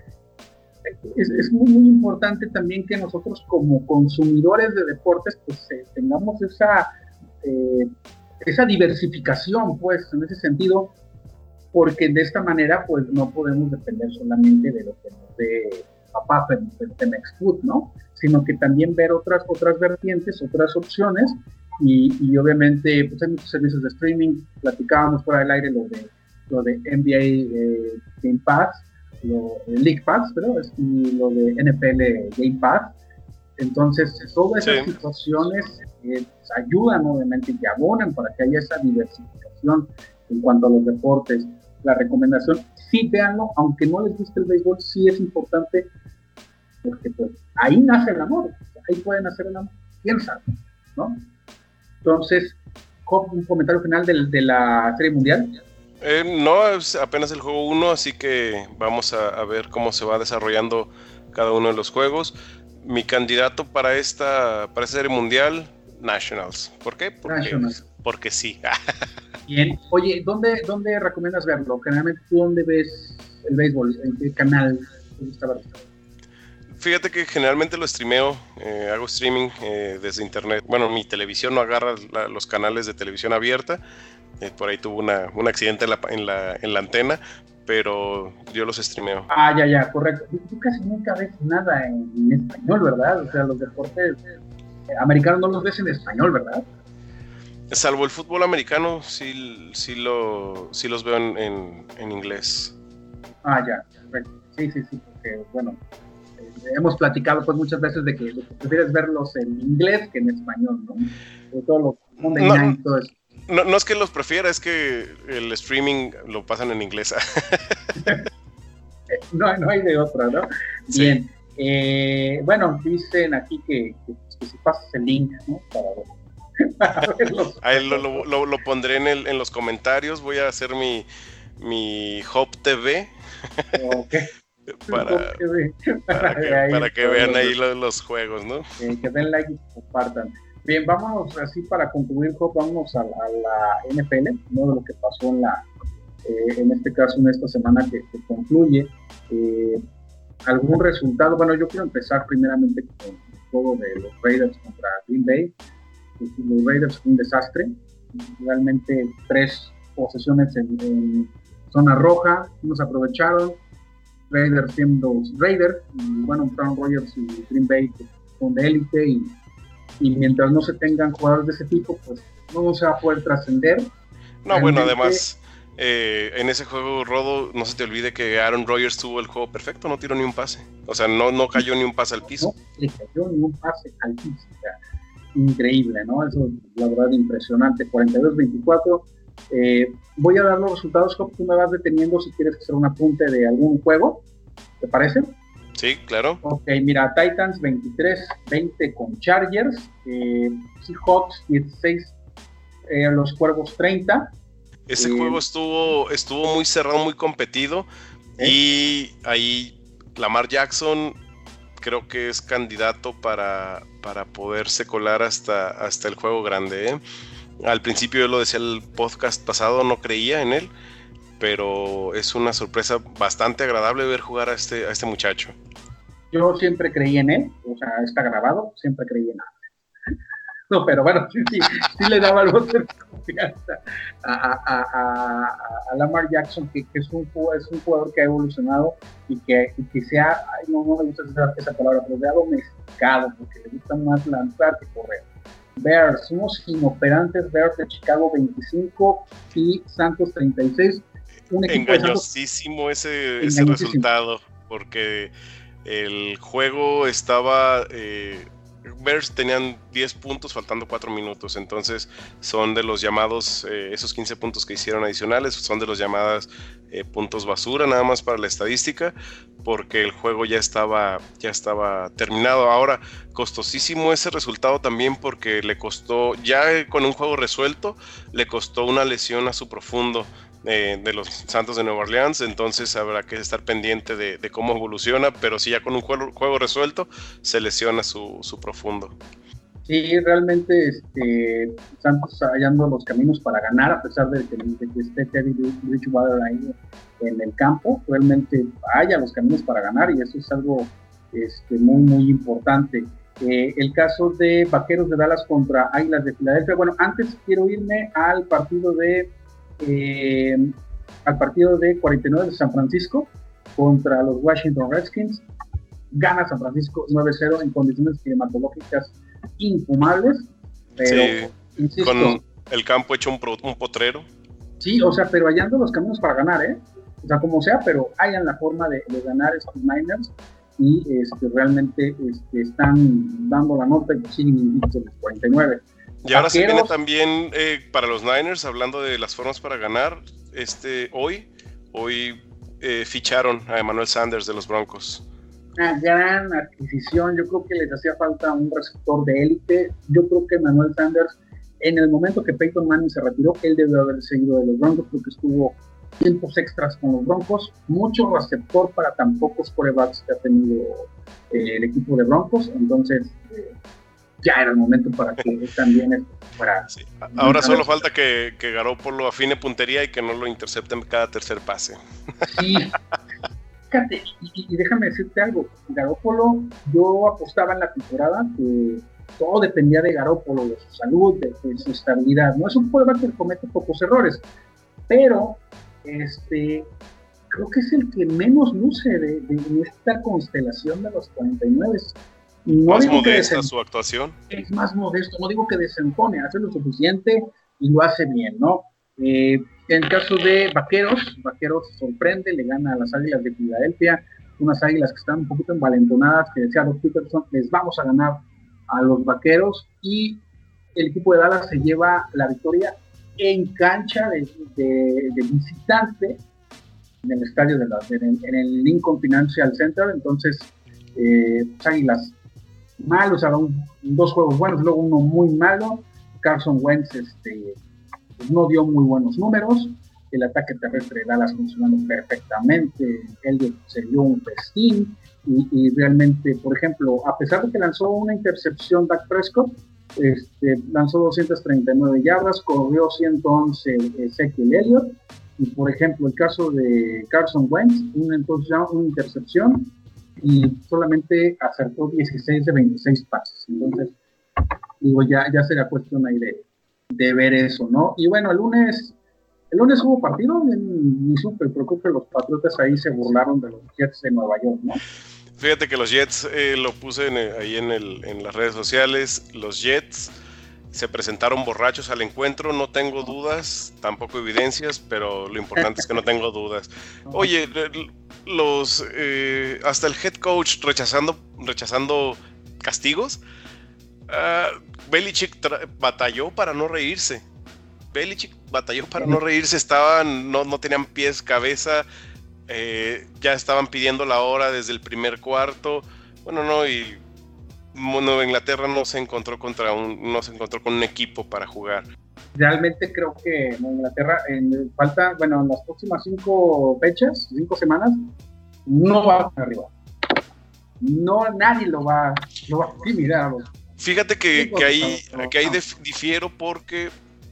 Speaker 3: Es, es muy, muy importante también que nosotros como consumidores de deportes pues eh, tengamos esa, eh, esa diversificación, pues, en ese sentido, porque de esta manera pues no podemos depender solamente de lo que nos dé papá del Temex Food, ¿no? Sino que también ver otras, otras vertientes, otras opciones, y, y obviamente pues hay muchos servicios de streaming. Platicábamos fuera del aire lo de, lo de N B A eh, Game Pass, lo de League Pass, ¿verdad? Y lo de N F L Game Pass. Entonces, todas esas sí. situaciones eh, ayudan, obviamente, y abonan para que haya esa diversificación en cuanto a los deportes. La recomendación, sí, véanlo, aunque no les guste el béisbol, sí es importante, porque pues ahí nace el amor, ahí pueden hacer el amor, quién sabe, ¿no? Entonces, un comentario final de, de la Serie Mundial.
Speaker 4: Eh, no, es apenas el juego uno, así que vamos a, a ver cómo se va desarrollando cada uno de los juegos. Mi candidato para esta, para esta Serie Mundial, Nationals. ¿Por qué? Porque,
Speaker 3: Nationals.
Speaker 4: porque sí.
Speaker 3: Bien. Oye, ¿dónde, ¿dónde recomiendas verlo? Generalmente, ¿tú dónde ves el béisbol? ¿En qué canal te gusta verlo?
Speaker 4: Fíjate que generalmente lo streameo, eh, hago streaming eh, desde internet. Bueno, mi televisión no agarra la, los canales de televisión abierta. Eh, por ahí tuvo una, un accidente en la, en, la, en la antena, pero yo los streameo.
Speaker 3: Ah, ya, ya, correcto. Tú casi nunca ves nada en, en español, ¿verdad? O sea, los deportes eh, americanos no los ves en español, ¿verdad?
Speaker 4: Salvo el fútbol americano, sí, sí, lo, sí los veo en, en, en inglés.
Speaker 3: Ah, ya, correcto. Sí, sí, sí, porque, bueno, eh, hemos platicado pues muchas veces de que, de que prefieres verlos en inglés que en español, ¿no? Sobre todo los Monday
Speaker 4: no.
Speaker 3: Night y todo eso.
Speaker 4: No, no es que los prefiera, es que el streaming lo pasan en inglés.
Speaker 3: no, no hay de otra, ¿no?
Speaker 4: Sí.
Speaker 3: Bien. Eh, bueno, dicen aquí que, que, que si pasas el link, ¿no? Para, para verlos.
Speaker 4: Ahí lo, lo, lo, lo pondré en, el, en los comentarios. Voy a hacer mi, mi Hub T V.
Speaker 3: Ok.
Speaker 4: para, para que, para que vean ahí los, los juegos, ¿no?
Speaker 3: Eh, que den like y compartan. Bien, vámonos así para concluir, vamos a, a la N F L, ¿no? De lo que pasó en la, eh, en este caso, en esta semana que, que concluye. Eh, ¿Algún resultado? Bueno, yo quiero empezar primeramente con el juego de los Raiders contra Green Bay. Los Raiders fue un desastre, realmente tres posesiones en, en zona roja, nos aprovecharon, Raiders siendo Raiders, y bueno, Aaron Rodgers y Green Bay que son de élite, y Y mientras no se tengan jugadores de ese tipo, pues no se va a poder trascender.
Speaker 4: No, Realmente, bueno, además, eh, en ese juego, Rodo, no se te olvide que Aaron Rodgers tuvo el juego perfecto, no tiró ni un pase. O sea, no, no cayó ni un pase al piso.
Speaker 3: No, le cayó ni un pase al piso. O sea, increíble, ¿no? Eso es la verdad impresionante. cuarenta y dos veinticuatro. Eh, voy a dar los resultados, Job, tú me vas deteniendo si quieres hacer un apunte de algún juego. ¿Te parece?
Speaker 4: Sí, claro.
Speaker 3: Ok, mira, Titans veintitrés veinte con Chargers, eh, Seahawks dieciséis, eh, los Cuervos treinta.
Speaker 4: Ese
Speaker 3: eh,
Speaker 4: juego estuvo, estuvo muy cerrado, muy competido, ¿eh? Y ahí Lamar Jackson creo que es candidato para, para poderse colar hasta, hasta el juego grande, ¿eh? Al principio yo lo decía el podcast pasado, no creía en él, pero es una sorpresa bastante agradable ver jugar a este, a este muchacho.
Speaker 3: Yo siempre creí en él, o sea, está grabado, siempre creí en él. No, pero bueno, sí, sí, sí le daba algo de confianza a, a, a, a, a Lamar Jackson, que, que es, un, es un jugador que ha evolucionado y que, y que sea, ay, no, no me gusta esa, esa palabra, pero sea domesticado, porque le gusta más lanzar que correr. Bears, unos inoperantes Bears de Chicago veinticinco y Santos treinta y seis. Un equipo
Speaker 4: engañosísimo de Santos, ese, ese resultado, porque el juego estaba... Eh, Bears tenían diez puntos faltando cuatro minutos, entonces son de los llamados, eh, esos quince puntos que hicieron adicionales, son de los llamados eh, puntos basura, nada más para la estadística, porque el juego ya estaba, ya estaba terminado. Ahora, costosísimo ese resultado también porque le costó, ya con un juego resuelto, le costó una lesión a su profundo. Eh, de los Santos de Nueva Orleans, entonces habrá que estar pendiente de, de cómo evoluciona, pero si ya con un juego, juego resuelto se lesiona su, su profundo.
Speaker 3: Sí, realmente este, Santos hallando los caminos para ganar, a pesar de que, de que esté Teddy Bridgewater ahí en el campo, realmente halla los caminos para ganar y eso es algo este, muy muy importante. Eh, el caso de Vaqueros de Dallas contra Águilas de Filadelfia, bueno, antes quiero irme al partido de Eh, al partido de cuarenta y nueve de San Francisco contra los Washington Redskins. Gana San Francisco nueve cero en condiciones climatológicas infumables, pero
Speaker 4: sí, insisto, con el campo hecho un, pro, un potrero.
Speaker 3: Sí, o sea, pero hallando los caminos para ganar, ¿eh? O sea, como sea, pero hayan la forma de, de ganar estos Niners y este, realmente este, están dando la nota y siguen invictos los cuarenta y nueve.
Speaker 4: Y ahora se viene también eh, para los Niners, hablando de las formas para ganar, este hoy, hoy eh, ficharon a Emmanuel Sanders de los Broncos.
Speaker 3: Una gran adquisición, yo creo que les hacía falta un receptor de élite. Yo creo que Emmanuel Sanders, en el momento que Peyton Manning se retiró, él debió haber seguido de los Broncos porque estuvo tiempos extras con los Broncos, mucho receptor para tan pocos quarterbacks que ha tenido eh, el equipo de Broncos, entonces... Eh, ya era el momento para que también para
Speaker 4: sí. Ahora solo falta que, que Garoppolo afine puntería y que no lo intercepten cada tercer pase.
Speaker 3: Sí, fíjate, y, y déjame decirte algo, Garoppolo, yo apostaba en la temporada que todo dependía de Garoppolo, de su salud, de, de su estabilidad. No es un quarterback que comete pocos errores, pero este creo que es el que menos luce de, de esta constelación de los cuarenta y nueve.
Speaker 4: No más modesta desen... su actuación.
Speaker 3: Es más modesto, no digo que desentone, hace lo suficiente y lo hace bien, ¿no? Eh, en el caso de Vaqueros, Vaqueros sorprende, le gana a las Águilas de Filadelfia, unas Águilas que están un poquito envalentonadas, que decía Doug Peterson, les vamos a ganar a los Vaqueros, y el equipo de Dallas se lleva la victoria en cancha de, de, de visitante en el estadio de la, en, el, en el Lincoln Financial Center. Entonces eh, pues Águilas mal, o sea, un, dos juegos buenos, luego uno muy malo. Carson Wentz este, pues no dio muy buenos números, el ataque terrestre de Dallas funcionando perfectamente, él se dio un festín, y, y realmente, por ejemplo, a pesar de que lanzó una intercepción Dak Prescott, este, lanzó doscientas treinta y nueve yardas, corrió ciento once Ezekiel Elliott, y por ejemplo, el caso de Carson Wentz, una, una intercepción, y solamente acertó dieciséis de veintiséis pases. Entonces, digo, ya, ya será cuestión ahí de, de ver eso, ¿no? Y bueno, el lunes, el lunes hubo partido, ni súper preocupe, los Patriotas ahí se burlaron de los Jets de Nueva York, ¿no?
Speaker 4: Fíjate que los Jets, eh, lo puse en, ahí en, el, en las redes sociales, los Jets se presentaron borrachos al encuentro, no tengo dudas, tampoco evidencias, pero lo importante es que no tengo dudas. Oye, los eh, hasta el head coach rechazando, rechazando castigos. Uh, Belichick tra- batalló para no reírse. Belichick batalló para no reírse, estaban, no, no tenían pies, cabeza. eh, ya estaban pidiendo la hora desde el primer cuarto. Bueno, no, y Nueva Inglaterra no se encontró contra un, no se encontró con un equipo para jugar.
Speaker 3: Realmente creo que Nueva Inglaterra en falta, bueno, en las próximas cinco fechas, cinco semanas, no va a estar arriba. No, nadie lo va, lo va a mirar.
Speaker 4: Fíjate que, que ahí, que ahí dif- difiero porque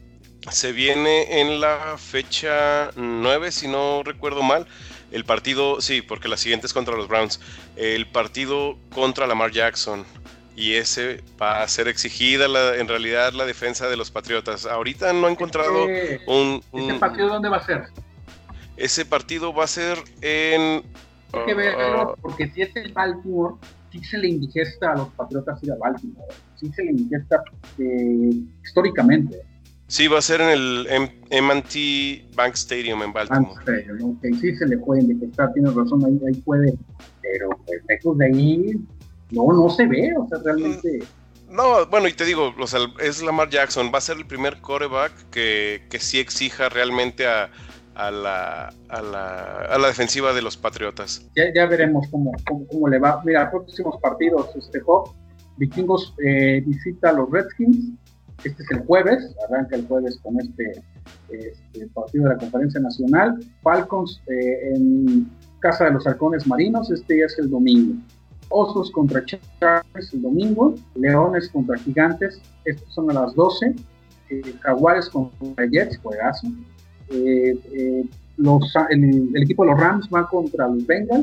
Speaker 4: se viene en la fecha nueve, si no recuerdo mal, el partido, sí, porque la siguiente es contra los Browns, el partido contra Lamar Jackson, y ese va a ser exigida la, en realidad la defensa de los Patriotas. Ahorita no he encontrado
Speaker 3: ¿Ese,
Speaker 4: un, un...
Speaker 3: ¿Ese partido dónde va a ser?
Speaker 4: Ese partido va a ser en...
Speaker 3: Hay que verlo, porque si es el Baltimore, sí se le indigesta a los Patriotas ir a Baltimore, sí se le indigesta eh, históricamente.
Speaker 4: Sí, va a ser en el M and T Bank Stadium en Baltimore.
Speaker 3: Bank Stadium, okay. Sí se le puede indigestar, tienes razón, ahí, ahí puede, pero pues lejos de ahí, no, no se ve, o sea, realmente...
Speaker 4: No, bueno, y te digo, o sea, es Lamar Jackson, va a ser el primer quarterback que, que sí exija realmente a, a, la, a, la, a la defensiva de los Patriotas.
Speaker 3: Ya, ya veremos cómo, cómo, cómo le va. Mira, próximos partidos, este Hop, Vikingos eh, visita a los Redskins. Este es el jueves, arranca el jueves con este, este partido de la Conferencia Nacional. Falcons eh, en casa de los Halcones Marinos, este ya es el domingo. Osos contra Chargers el domingo. Leones contra Gigantes, estos son a las doce. Eh, Jaguares contra Jets, juegazo. Eh, eh, los, el, el equipo de los Rams va contra los Bengals.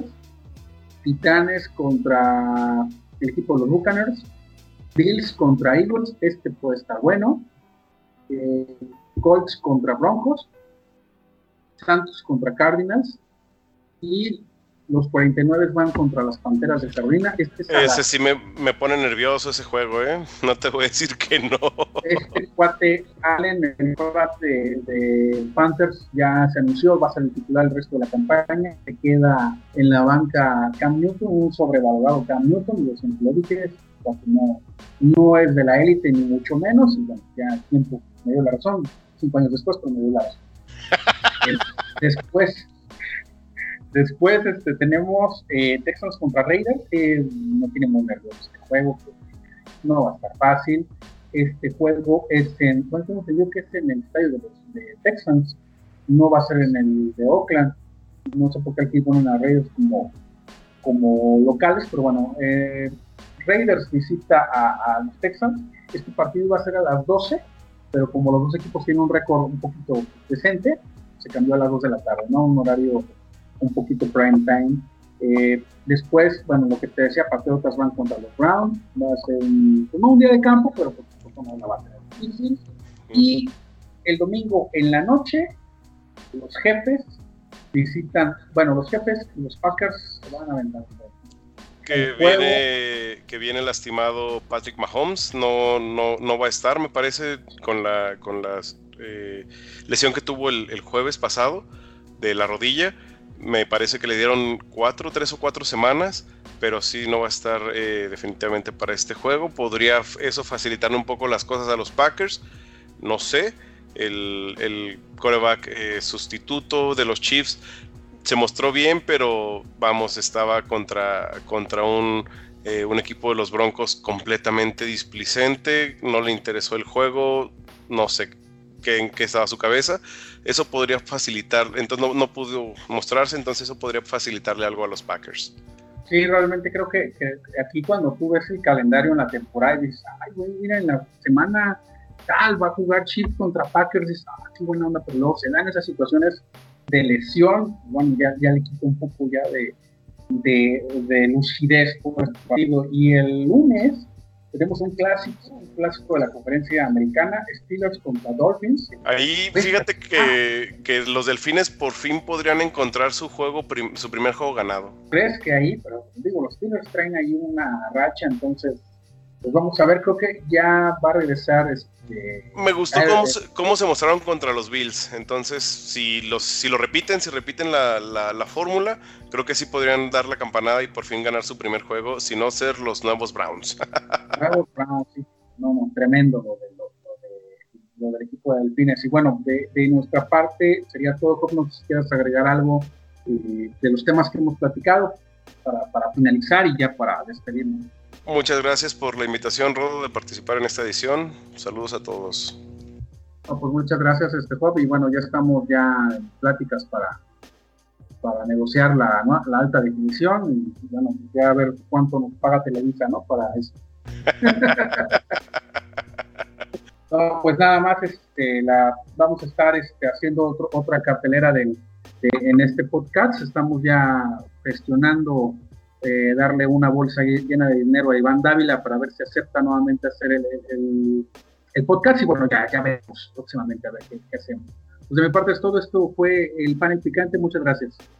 Speaker 3: Titanes contra el equipo de los Buccaneers. Bills contra Eagles, este puede estar bueno. Eh, Colts contra Broncos. Santos contra Cardinals. Y los cuarenta y nueve van contra las Panteras de Carolina. Este es
Speaker 4: ese
Speaker 3: la...
Speaker 4: sí me, me pone nervioso ese juego, ¿eh? No te voy a decir que no.
Speaker 3: Este cuate Allen, el quarterback de, de Panthers, ya se anunció, va a ser el titular el resto de la campaña. Se queda en la banca Cam Newton, un sobrevalorado Cam Newton, y lo siempre lo dije, no, no es de la élite ni mucho menos, y bueno, ya tiempo me dio la razón, cinco años después, pero me dio la razón. Después, después este, tenemos eh, Texans contra Raiders, eh, no tiene muy nervioso este juego, no va a estar fácil. Este juego es en, bueno, tengo entendido que es en el estadio de los de Texans, no va a ser en el de Oakland, no sé por qué aquí ponen a Raiders como, como locales, pero bueno, eh, Raiders visita a, a los Texans. Este partido va a ser a las doce, pero como los dos equipos tienen un récord un poquito decente, se cambió a las dos de la tarde, ¿no? Un horario un poquito prime time. Eh, después, bueno, lo que te decía, Patriotas van contra los Browns, va a ser un, no un día de campo, pero por supuesto no la va a tener difícil. Y el domingo en la noche, los Jefes visitan, bueno, los Jefes, los Packers se van a aventar.
Speaker 4: Que viene, que viene lastimado Patrick Mahomes, no, no, no va a estar, me parece, con la, con la eh, lesión que tuvo el, el jueves pasado de la rodilla. Me parece que le dieron cuatro, tres o cuatro semanas, pero sí no va a estar eh, definitivamente para este juego. Podría eso facilitarle un poco las cosas a los Packers, no sé. El, el quarterback eh, sustituto de los Chiefs se mostró bien, pero vamos, estaba contra, contra un, eh, un equipo de los Broncos completamente displicente, no le interesó el juego, no sé qué, en qué estaba su cabeza. Eso podría facilitar, entonces no, no pudo mostrarse, entonces eso podría facilitarle algo a los Packers.
Speaker 3: Sí, realmente creo que, que aquí cuando tú ves el calendario en la temporada y dices, ay, güey, mira, en la semana tal va a jugar Chiefs contra Packers, y dices, ah, qué buena onda, pero luego se dan esas situaciones de lesión, bueno, ya, ya le quito un poco ya de, de, de lucidez por este partido. Y el lunes tenemos un clásico, un clásico de la conferencia americana, Steelers contra Dolphins.
Speaker 4: Ahí fíjate que, que los Delfines por fin podrían encontrar su juego, prim, su primer juego ganado.
Speaker 3: ¿Crees que ahí? Pero digo, los Steelers traen ahí una racha, entonces pues vamos a ver, creo que ya va a regresar este...
Speaker 4: Me gustó cómo se, cómo se mostraron contra los Bills, entonces si, los, si lo repiten, si repiten la, la, la fórmula, creo que sí podrían dar la campanada y por fin ganar su primer juego, si no ser los nuevos Browns.
Speaker 3: Nuevos Browns, sí, no, no, tremendo lo, de, lo, lo, de, lo del equipo de Delfines. Y bueno, de, de nuestra parte sería todo. ¿Cómo nos quieras agregar algo eh, de los temas que hemos platicado para, para finalizar y ya para despedirnos.
Speaker 4: Muchas gracias por la invitación, Rodo, de participar en esta edición. Saludos a todos.
Speaker 3: No, pues muchas gracias, este Job, y bueno, ya estamos ya en pláticas para, para negociar la, ¿no? la alta definición y bueno, ya a ver cuánto nos paga Televisa, ¿no? Para eso. No, pues nada más, este, la, vamos a estar este, haciendo otro, otra cartelera de, de, en este podcast. Estamos ya gestionando eh, darle una bolsa llena de dinero a Iván Dávila para ver si acepta nuevamente hacer el, el, el podcast y bueno, ya, ya veremos próximamente a ver qué, qué hacemos. Pues de mi parte es todo, esto fue el panel picante, muchas gracias.